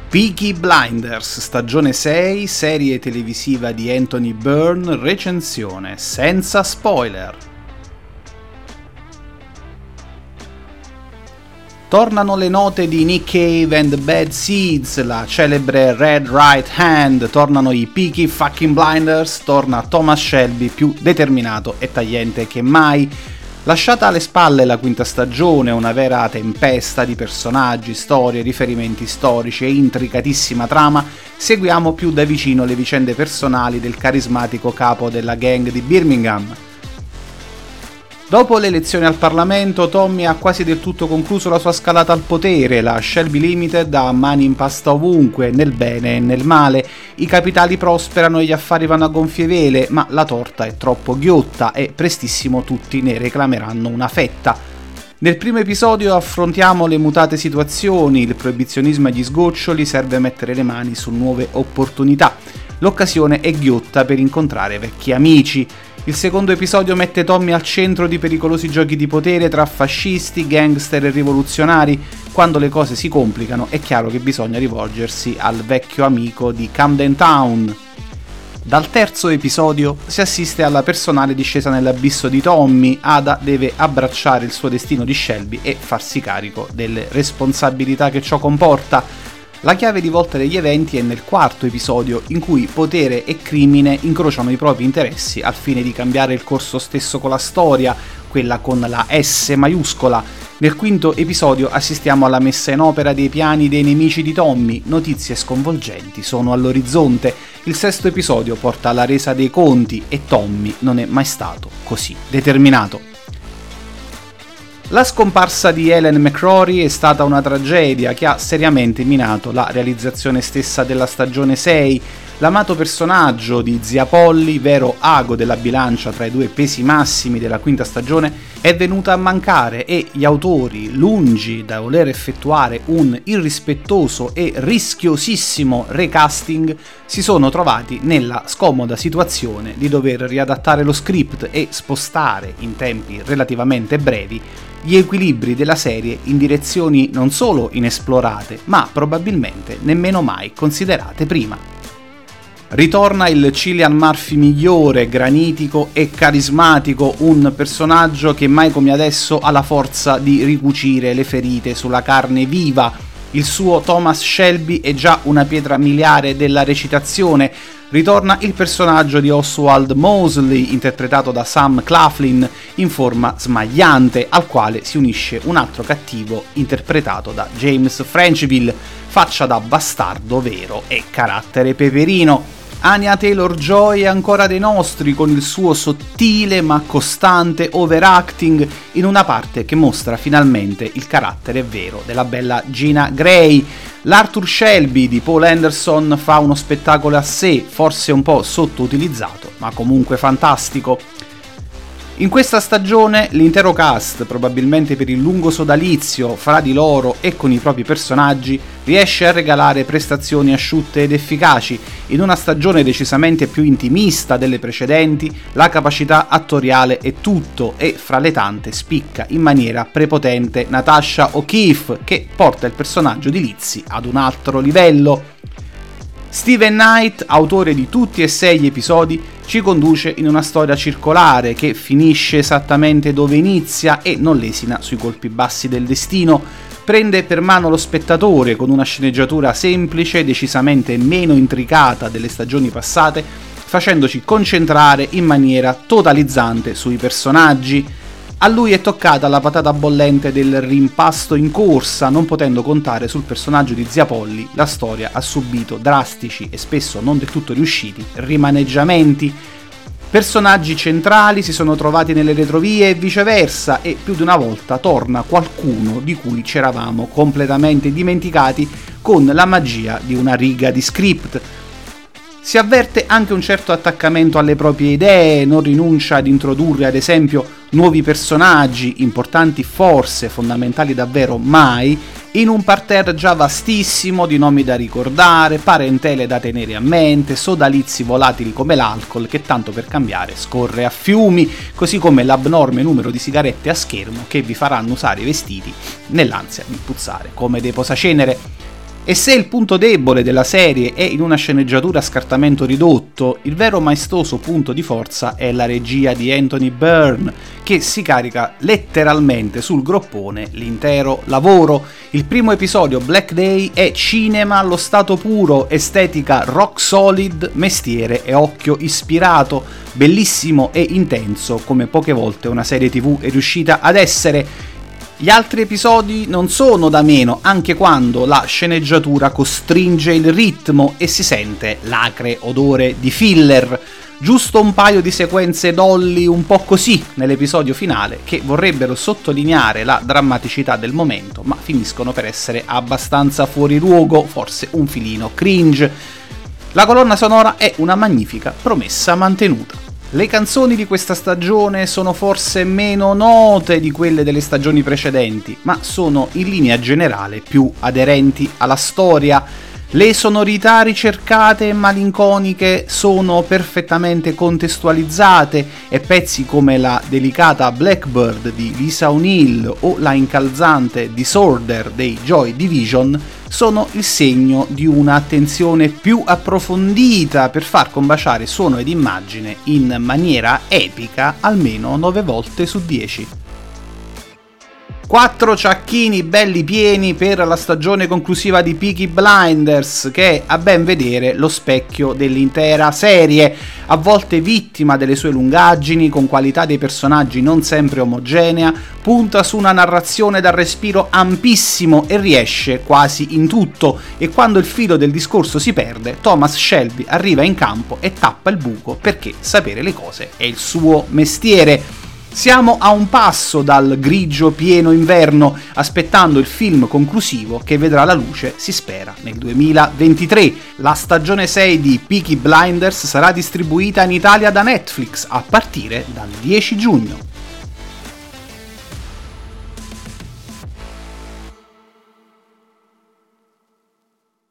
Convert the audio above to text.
Peaky Blinders, stagione 6, serie televisiva di Anthony Byrne, recensione senza spoiler. Tornano le note di Nick Cave and the Bad Seeds, la celebre Red Right Hand, tornano i Peaky fucking Blinders, torna Thomas Shelby più determinato e tagliente che mai. Lasciata alle spalle la quinta stagione, una vera tempesta di personaggi, storie, riferimenti storici e intricatissima trama, seguiamo più da vicino le vicende personali del carismatico capo della gang di Birmingham. Dopo le elezioni al Parlamento, Tommy ha quasi del tutto concluso la sua scalata al potere, la Shelby Limited ha mani in pasta ovunque, nel bene e nel male, i capitali prosperano e gli affari vanno a gonfie vele, ma la torta è troppo ghiotta e prestissimo tutti ne reclameranno una fetta. Nel primo episodio affrontiamo le mutate situazioni, il proibizionismo agli sgoccioli serve a mettere le mani su nuove opportunità, l'occasione è ghiotta per incontrare vecchi amici. Il secondo episodio mette Tommy al centro di pericolosi giochi di potere tra fascisti, gangster e rivoluzionari. Quando le cose si complicano è chiaro che bisogna rivolgersi al vecchio amico di Camden Town. Dal terzo episodio si assiste alla personale discesa nell'abisso di Tommy. Ada deve abbracciare il suo destino di Shelby e farsi carico delle responsabilità che ciò comporta. La chiave di volta degli eventi è nel quarto episodio, in cui potere e crimine incrociano i propri interessi al fine di cambiare il corso stesso con la storia, quella con la S maiuscola. Nel quinto episodio assistiamo alla messa in opera dei piani dei nemici di Tommy, notizie sconvolgenti sono all'orizzonte. Il sesto episodio porta alla resa dei conti e Tommy non è mai stato così determinato. La scomparsa di Helen McCrory è stata una tragedia che ha seriamente minato la realizzazione stessa della stagione 6. L'amato personaggio di Zia Polly, vero ago della bilancia tra i due pesi massimi della quinta stagione, è venuta a mancare e gli autori, lungi da voler effettuare un irrispettoso e rischiosissimo recasting, si sono trovati nella scomoda situazione di dover riadattare lo script e spostare in tempi relativamente brevi gli equilibri della serie in direzioni non solo inesplorate, ma probabilmente nemmeno mai considerate prima. Ritorna il Cillian Murphy migliore, granitico e carismatico, un personaggio che mai come adesso ha la forza di ricucire le ferite sulla carne viva. Il suo Thomas Shelby è già una pietra miliare della recitazione. Ritorna il personaggio di Oswald Mosley, interpretato da Sam Claflin, in forma smagliante, al quale si unisce un altro cattivo interpretato da James Frenchville, faccia da bastardo vero e carattere peperino. Anya Taylor-Joy è ancora dei nostri, con il suo sottile ma costante overacting in una parte che mostra finalmente il carattere vero della bella Gina Gray. L'Arthur Shelby di Paul Anderson fa uno spettacolo a sé, forse un po' sottoutilizzato, ma comunque fantastico. In questa stagione l'intero cast, probabilmente per il lungo sodalizio fra di loro e con i propri personaggi, riesce a regalare prestazioni asciutte ed efficaci. In una stagione decisamente più intimista delle precedenti, la capacità attoriale è tutto e fra le tante spicca in maniera prepotente Natasha O'Keeffe, che porta il personaggio di Lizzie ad un altro livello. Steven Knight, autore di tutti e 6 gli episodi, ci conduce in una storia circolare che finisce esattamente dove inizia e non lesina sui colpi bassi del destino. Prende per mano lo spettatore con una sceneggiatura semplice, decisamente meno intricata delle stagioni passate, facendoci concentrare in maniera totalizzante sui personaggi. A lui è toccata la patata bollente del rimpasto in corsa, non potendo contare sul personaggio di Zia Polly. La storia ha subito drastici e spesso non del tutto riusciti rimaneggiamenti. Personaggi centrali si sono trovati nelle retrovie e viceversa, e più di una volta torna qualcuno di cui ci eravamo completamente dimenticati con la magia di una riga di script. Si avverte anche un certo attaccamento alle proprie idee, non rinuncia ad introdurre ad esempio nuovi personaggi, importanti forse, fondamentali davvero mai, in un parterre già vastissimo di nomi da ricordare, parentele da tenere a mente, sodalizi volatili come l'alcol che tanto per cambiare scorre a fiumi, così come l'abnorme numero di sigarette a schermo che vi faranno usare i vestiti nell'ansia di puzzare come dei posacenere. E se il punto debole della serie è in una sceneggiatura a scartamento ridotto, il vero maestoso punto di forza è la regia di Anthony Byrne, che si carica letteralmente sul groppone l'intero lavoro. Il primo episodio, Black Day, è cinema allo stato puro, estetica rock solid, mestiere e occhio ispirato, bellissimo e intenso come poche volte una serie TV è riuscita ad essere. Gli altri episodi non sono da meno, anche quando la sceneggiatura costringe il ritmo e si sente l'acre odore di filler. Giusto un paio di sequenze dolly un po' così nell'episodio finale che vorrebbero sottolineare la drammaticità del momento, ma finiscono per essere abbastanza fuori luogo, forse un filino cringe. La colonna sonora è una magnifica promessa mantenuta. Le canzoni di questa stagione sono forse meno note di quelle delle stagioni precedenti, ma sono in linea generale più aderenti alla storia. Le sonorità ricercate e malinconiche sono perfettamente contestualizzate e pezzi come la delicata Blackbird di Lisa O'Neill o la incalzante Disorder dei Joy Division sono il segno di un'attenzione più approfondita per far combaciare suono ed immagine in maniera epica almeno 9 volte su 10. 4 ciacchini belli pieni per la stagione conclusiva di Peaky Blinders, che è a ben vedere lo specchio dell'intera serie, a volte vittima delle sue lungaggini, con qualità dei personaggi non sempre omogenea, punta su una narrazione dal respiro ampissimo e riesce quasi in tutto, e quando il filo del discorso si perde, Thomas Shelby arriva in campo e tappa il buco, perché sapere le cose è il suo mestiere. Siamo a un passo dal grigio pieno inverno, aspettando il film conclusivo che vedrà la luce, si spera, nel 2023. La stagione 6 di Peaky Blinders sarà distribuita in Italia da Netflix a partire dal 10 giugno.